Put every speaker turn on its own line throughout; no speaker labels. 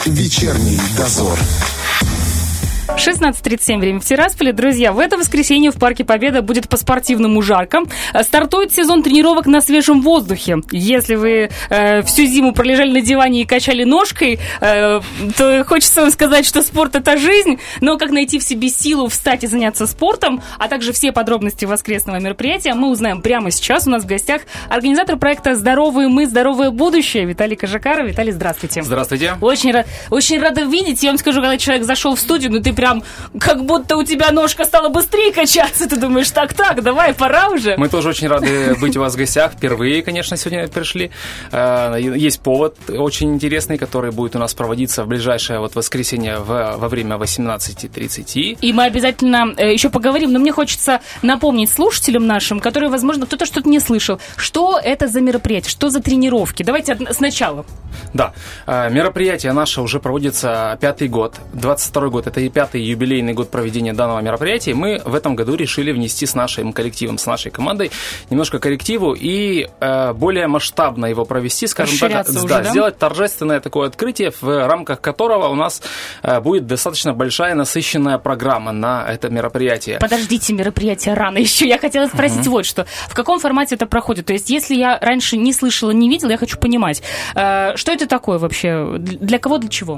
Вечерний дозор.
16:37, время в Тирасполе. Друзья, в это воскресенье в Парке Победа будет по-спортивному жарко. Стартует сезон тренировок на свежем воздухе. Если вы всю зиму пролежали на диване и качали ножкой, то хочется вам сказать, что спорт — это жизнь. Но как найти в себе силу встать и заняться спортом, а также все подробности воскресного мероприятия, мы узнаем прямо сейчас. У нас в гостях организатор проекта «Здоровые мы, здоровое будущее» Виталий Кожакаров. Виталий, здравствуйте.
Здравствуйте.
Очень рада видеть. Я вам скажу, когда человек зашел в студию, ну ты прям как будто у тебя ножка стала быстрее качаться. Ты думаешь, так, давай, пора уже.
Мы тоже очень рады быть у вас в гостях. Впервые, конечно, сегодня пришли. Есть повод очень интересный, который будет у нас проводиться в ближайшее воскресенье во время 18:30.
И мы обязательно еще поговорим, но мне хочется напомнить слушателям нашим, которые, возможно, кто-то что-то не слышал, что это за мероприятие, что за тренировки. Давайте сначала.
Да, мероприятие наше уже проводится 5-й год. 22-й год — это и 5-й юбилейный год проведения данного мероприятия. Мы в этом году решили внести с нашим коллективом, с нашей командой немножко коррективу и более масштабно его провести, скажем так, сделать торжественное такое открытие, в рамках которого у нас будет достаточно большая насыщенная программа на это мероприятие.
Подождите, мероприятие рано еще. Я хотела спросить вот что. В каком формате это проходит? То есть, если я раньше не слышала, не видела, я хочу понимать, что это такое вообще? Для кого, для чего?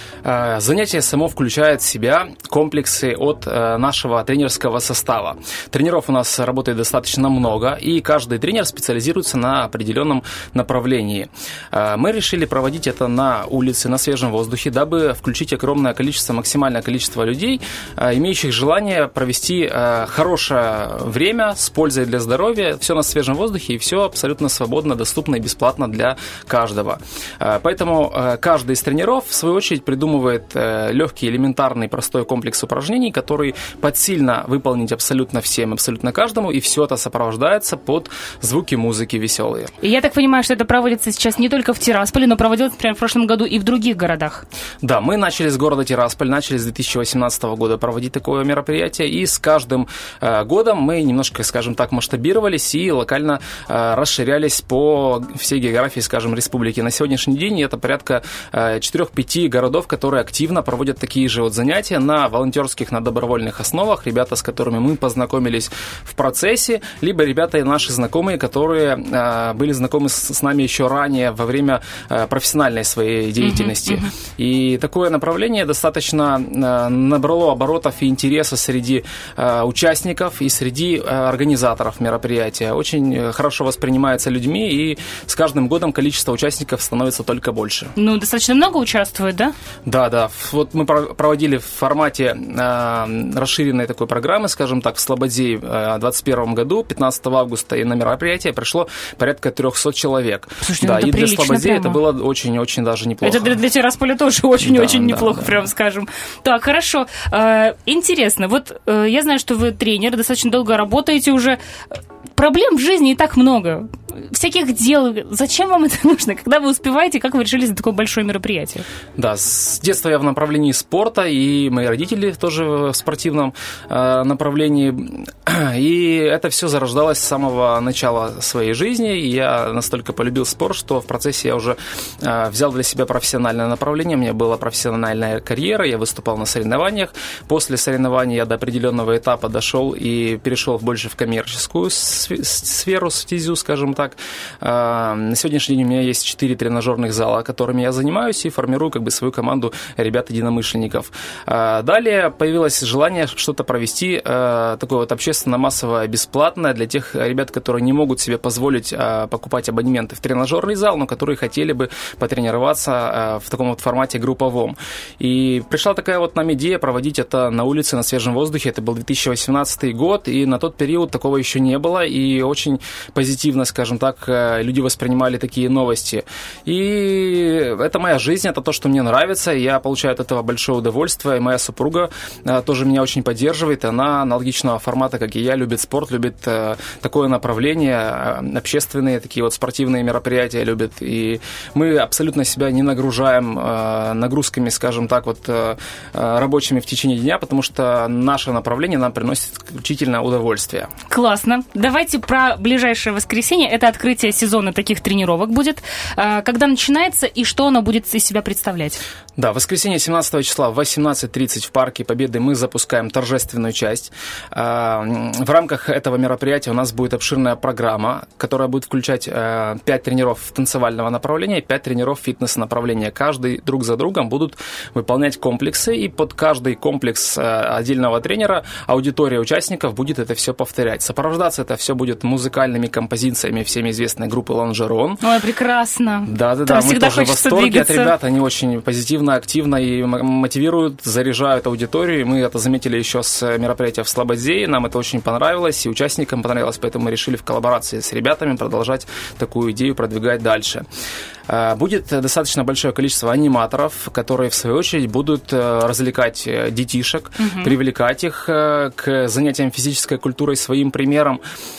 Занятие само включает в себя комплексы от нашего тренерского состава. Тренеров у нас работает достаточно много, и каждый тренер специализируется на определенном направлении. Мы решили проводить это на улице, на свежем воздухе, дабы включить огромное количество, максимальное количество людей, имеющих желание провести хорошее время с пользой для здоровья, все на свежем воздухе, и все абсолютно свободно, доступно и бесплатно для каждого. Поэтому каждый из тренеров, в свою очередь, придумывает легкий, элементарный, простой комплекс упражнений, который подсильно выполнить абсолютно всем, абсолютно каждому, и все это сопровождается под звуки музыки веселые.
И я так понимаю, что это проводится сейчас не только в Тирасполе, но проводилось, например, в прошлом году и в других городах.
Да, мы начали с города Тирасполь, начали с 2018 года проводить такое мероприятие, и с каждым годом мы немножко, скажем так, масштабировались и локально расширялись по всей географии, скажем, республики. На сегодняшний день это порядка 4-5 городов, которые активно проводят такие же занятия на волонтерских, на добровольных основах. Ребята, с которыми мы познакомились в процессе, либо ребята наши знакомые, которые были знакомы с нами еще ранее во время профессиональной своей деятельности. И такое направление достаточно набрало оборотов и интереса среди участников и среди организаторов мероприятия. Очень хорошо воспринимается людьми, и с каждым годом количество участников становится только больше.
Ну, достаточно много участвует, да?
Да. Вот мы проводили в формате расширенной такой программы, скажем так, в Слободе в 2021 году, 15 августа, и на мероприятие пришло порядка 300 человек.
Слушайте,
да,
и
для Слободе
прямо.
это было очень-очень даже неплохо.
Это для Тирасполя тоже очень-очень неплохо, прям скажем. Так, хорошо. Интересно, вот я знаю, что вы тренер, достаточно долго работаете уже. Проблем в жизни и так много. Всяких дел. Зачем вам это нужно? Когда вы успеваете, как вы решили за такое большое мероприятие?
Да, с детства я в направлении спорта, и мои родители тоже в спортивном направлении. И это все зарождалось с самого начала своей жизни. И я настолько полюбил спорт, что в процессе я уже взял для себя профессиональное направление. У меня была профессиональная карьера, я выступал на соревнованиях. После соревнований я до определенного этапа дошел и перешел больше в коммерческую сферу, стезю, скажем так. На сегодняшний день у меня есть 4 тренажерных зала, которыми я занимаюсь и формирую свою команду ребят-единомышленников. Далее появилось желание что-то провести такое общественно-массовое, бесплатное для тех ребят, которые не могут себе позволить покупать абонементы в тренажерный зал, но которые хотели бы потренироваться в таком формате групповом. И пришла такая нам идея проводить это на улице, на свежем воздухе. Это был 2018 год, и на тот период такого еще не было, и очень позитивно, скажем так, люди воспринимали такие новости. И это моя жизнь, это то, что мне нравится, я получаю от этого большое удовольствие, и моя супруга тоже меня очень поддерживает, она аналогичного формата, как и я, любит спорт, любит такое направление, общественные такие спортивные мероприятия любит, и мы абсолютно себя не нагружаем нагрузками, скажем так, рабочими в течение дня, потому что наше направление нам приносит исключительно удовольствие.
Классно. Давайте про ближайшее воскресенье. Это открытие сезона таких тренировок будет. Когда начинается и что оно будет из себя представлять?
Да, в воскресенье 17 числа в 18:30 в Парке Победы мы запускаем торжественную часть. В рамках этого мероприятия у нас будет обширная программа, которая будет включать 5 тренеров танцевального направления и 5 тренеров фитнес-направления. Каждый друг за другом будут выполнять комплексы, и под каждый комплекс отдельного тренера аудитория участников будет это все повторять. Сопровождаться это все будет музыкальными композициями всеми известной группы «Лонжерон».
Ой, прекрасно.
Да, мы тоже в восторге от ребят, они очень позитивно, активно и мотивируют, заряжают аудиторию. Мы это заметили еще с мероприятия в Слободе, нам это очень понравилось, и участникам понравилось, поэтому мы решили в коллаборации с ребятами продолжать такую идею продвигать дальше. Будет достаточно большое количество аниматоров, которые, в свою очередь, будут развлекать детишек, привлекать их к занятиям физической культурой своим примером.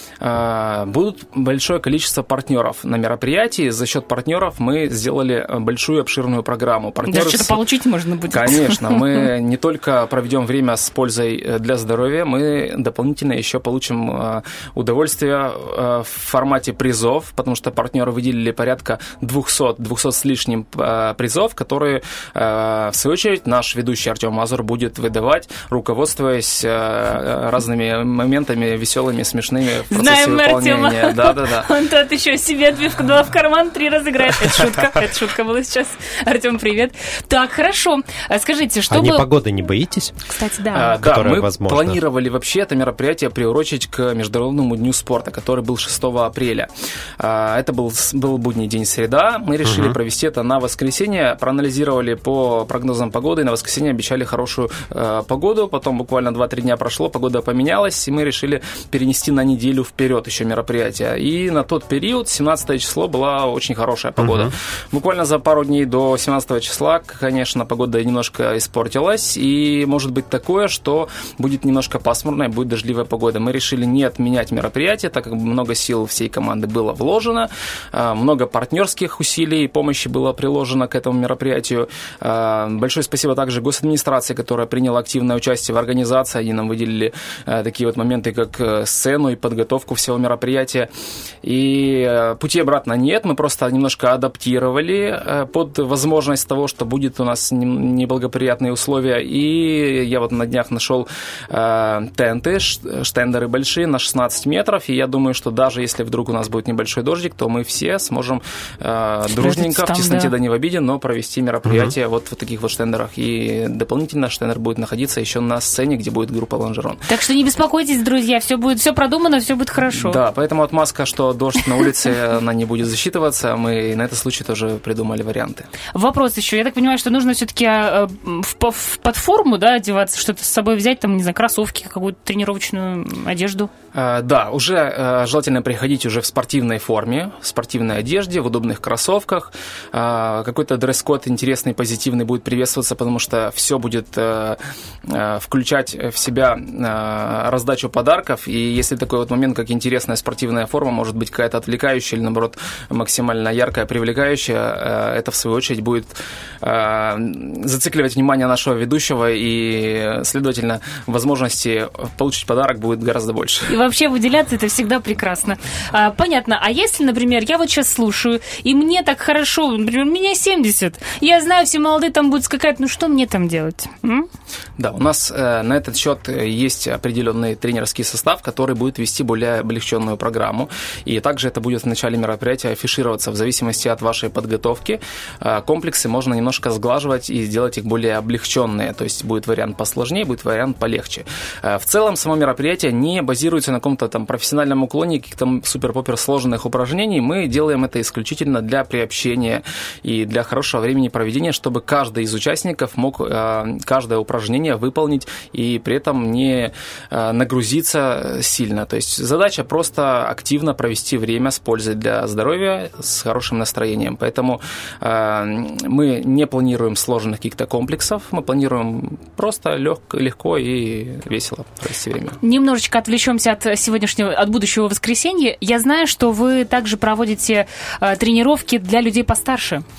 Будут большое количество партнеров на мероприятии. За счет партнеров мы сделали большую обширную программу.
Даже что-то получить можно будет.
Конечно. Мы не только проведем время с пользой для здоровья, мы дополнительно еще получим удовольствие в формате призов, потому что партнеры выделили порядка 200 с лишним призов, которые, в свою очередь, наш ведущий Артем Мазур будет выдавать, руководствуясь разными моментами веселыми, смешными в процессе выполнения. Да.
Он тут еще себе отбивку дала в карман, 3 разыграет. Это шутка была сейчас. Артем, привет. Так, хорошо. Скажите, что
бы... непогоды не боитесь?
Кстати, да.
Да, мы планировали вообще это мероприятие приурочить к Международному дню спорта, который был 6 апреля. Это был будний день, среда. Мы решили провести это на воскресенье. Проанализировали по прогнозам погоды. И на воскресенье обещали хорошую погоду. Потом буквально 2-3 дня прошло, погода поменялась, и мы решили перенести на неделю вперед еще мероприятие. И на тот период, 17 число, была очень хорошая погода. Буквально за пару дней до 17 числа, конечно, погода немножко испортилась, и может быть такое, что будет немножко пасмурная, будет дождливая погода. Мы решили не отменять мероприятие, так как много сил всей команды было вложено, много партнерских усилий и помощи было приложено к этому мероприятию. Большое спасибо также госадминистрации, которая приняла активное участие в организации. Они нам выделили такие вот моменты, как сцену и подготовку всего мероприятия. И пути обратно нет, мы просто немножко адаптировали под возможность того, что будет у нас неблагоприятные условия. И я вот на днях нашел тенты, штендеры большие на 16 метров, и я думаю, что даже если вдруг у нас будет небольшой дождик, то мы все сможем дружненько, в тесноте да не в обиде, но провести мероприятие вот в таких вот штендерах. И дополнительно штендер будет находиться еще на сцене, где будет группа «Лонжерон».
Так что не беспокойтесь, друзья, все продумано, все будет хорошо.
Да, поэтому отмазка, что дождь на улице, она не будет засчитываться, мы на этот случай тоже придумали варианты.
Вопрос еще. Я так понимаю, что нужно все-таки под форму, да, одеваться, что-то с собой взять, там, не знаю, кроссовки, какую-то тренировочную одежду?
Да, уже желательно приходить уже в спортивной форме, в спортивной одежде, в удобных кроссовках. Какой-то дресс-код интересный, позитивный будет приветствоваться, потому что все будет включать в себя раздачу подарков. И если такой вот момент, как интересная спортивная форма, может быть какая-то отвлекающая или, наоборот, максимально яркая, привлекающая, это, в свою очередь, будет зацикливать внимание нашего ведущего, и, следовательно, возможности получить подарок будет гораздо больше.
И вообще выделяться это всегда прекрасно. Понятно. А если, например, я вот сейчас слушаю, и мне так хорошо, например, мне 70, я знаю, все молодые там будут скакать, ну что мне там делать?
Да, у нас на этот счет есть определенный тренерский состав, который будет вести более облегченную программу. И также это будет в начале мероприятия афишироваться в зависимости от вашей подготовки. Комплексы можно немножко сглаживать и сделать их более облегченные. То есть будет вариант посложнее, будет вариант полегче. В целом, само мероприятие не базируется на каком-то там профессиональном уклоне, каких-то супер-попер сложных упражнений. Мы делаем это исключительно для приобщения и для хорошего времени проведения, чтобы каждый из участников мог каждое упражнение выполнить и при этом не нагрузиться сильно. То есть задача просто активно провести время с пользой для здоровья, с хорошим настроением. Поэтому мы не планируем сложных каких-то комплексов, мы планируем просто легко и весело провести время.
Немножечко отвлечемся от будущего воскресенья. Я знаю, что вы также проводите тренировки для людей постарше.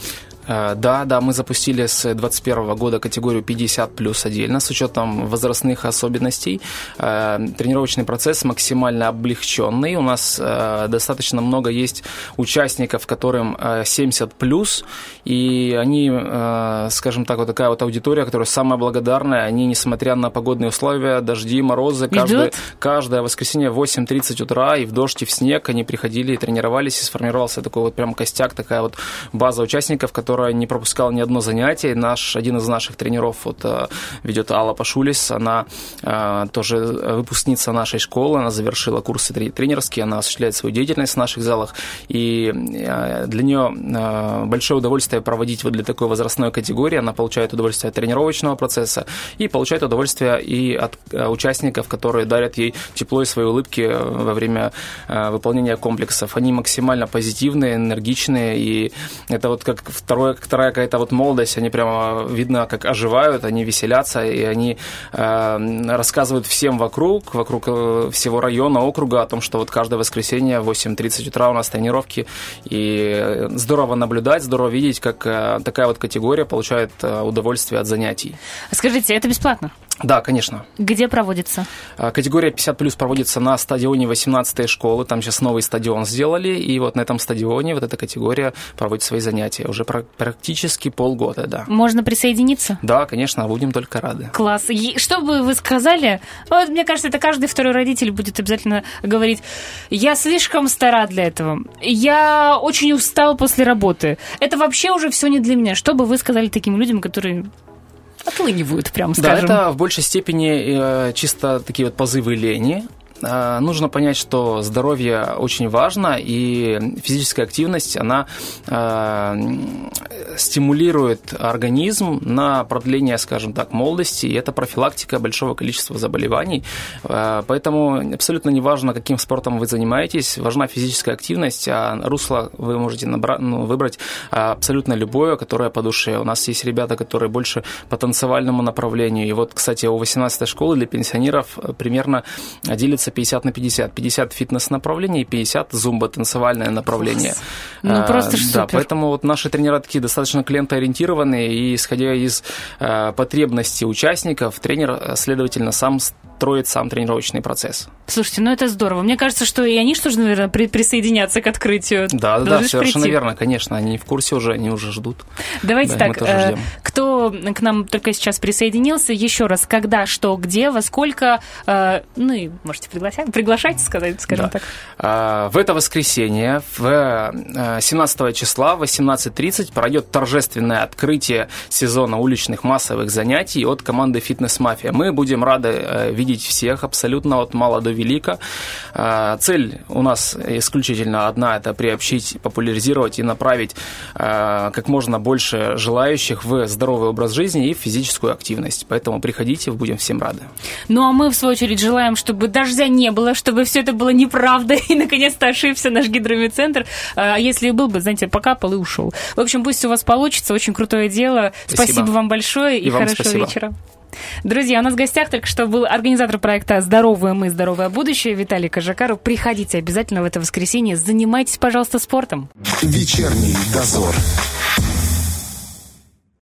Да, мы запустили с 2021 года категорию 50+ отдельно, с учетом возрастных особенностей. Тренировочный процесс максимально облегченный. У нас достаточно много есть участников, которым 70+, и они, скажем так, вот такая вот аудитория, которая самая благодарная. Они, несмотря на погодные условия, дожди, морозы, каждое воскресенье в 8:30 утра и в дождь, и в снег они приходили и тренировались, и сформировался такой вот прям костяк, такая вот база участников, которая не пропускала ни одно занятие. Один из наших тренеров ведет Алла Пашулис, она тоже выпускница нашей школы, она завершила курсы тренерские, она осуществляет свою деятельность в наших залах, и для нее большое удовольствие проводить вот для такой возрастной категории, она получает удовольствие от тренировочного процесса и получает удовольствие и от участников, которые дарят ей тепло и свои улыбки во время выполнения комплексов. Они максимально позитивные, энергичные, и это вот как вторая какая-то вот молодость, они прямо видно, как оживают, они веселятся, и они рассказывают всем вокруг всего района, округа о том, что вот каждое воскресенье в 8:30 утра у нас тренировки, и здорово наблюдать, здорово видеть, как такая вот категория получает удовольствие от занятий.
Скажите, это бесплатно?
Да, конечно.
Где проводится?
Категория 50+ проводится на стадионе 18-й школы. Там сейчас новый стадион сделали, и вот на этом стадионе вот эта категория проводит свои занятия. Уже практически полгода, да.
Можно присоединиться?
Да, конечно, будем только рады.
Класс. Что бы вы сказали? Вот, мне кажется, это каждый второй родитель будет обязательно говорить: я слишком стара для этого, я очень устал после работы, это вообще уже все не для меня. Что бы вы сказали таким людям, которые отлынивают, прям скажем?
Да, это в большей степени чисто такие вот позывы лени. Нужно понять, что здоровье очень важно, и физическая активность, она стимулирует организм на продление, скажем так, молодости, и это профилактика большого количества заболеваний. Поэтому абсолютно не важно, каким спортом вы занимаетесь, важна физическая активность, а русло вы можете выбрать абсолютно любое, которое по душе. У нас есть ребята, которые больше по танцевальному направлению, и вот, кстати, у 18-й школы для пенсионеров примерно делится 50 на 50. 50 фитнес-направление и 50 зумба-танцевальное направление.
Просто супер.
Да, поэтому вот наши тренера такие достаточно клиентоориентированные, и исходя из потребностей участников, тренер, следовательно, строит сам тренировочный процесс.
Слушайте, это здорово. Мне кажется, что и они, что же, наверное, присоединятся к открытию.
Да, совершенно верно, конечно. Они в курсе уже, они уже ждут.
Давайте так, кто к нам только сейчас присоединился, еще раз, когда, что, где, во сколько, и можете приглашать, скажем так.
В это воскресенье, 17 числа в 18:30 пройдет торжественное открытие сезона уличных массовых занятий от команды «Фитнес-мафия». Мы будем рады видеть всех, абсолютно от мала до велика. Цель у нас исключительно одна – это приобщить, популяризировать и направить как можно больше желающих в здоровый образ жизни и в физическую активность. Поэтому приходите, будем всем рады.
А мы, в свою очередь, желаем, чтобы дождя не было, чтобы все это было неправдой, и, наконец-то, ошибся наш гидромедцентр. А если и был бы, знаете, покапал и ушел. В общем, пусть у вас получится, очень крутое дело. Спасибо вам большое и хорошего вечера. Друзья, у нас в гостях только что был организатор проекта «Здоровые мы, здоровое будущее» Виталий Кожакару. Приходите обязательно в это воскресенье, занимайтесь, пожалуйста, спортом.
Вечерний дозор.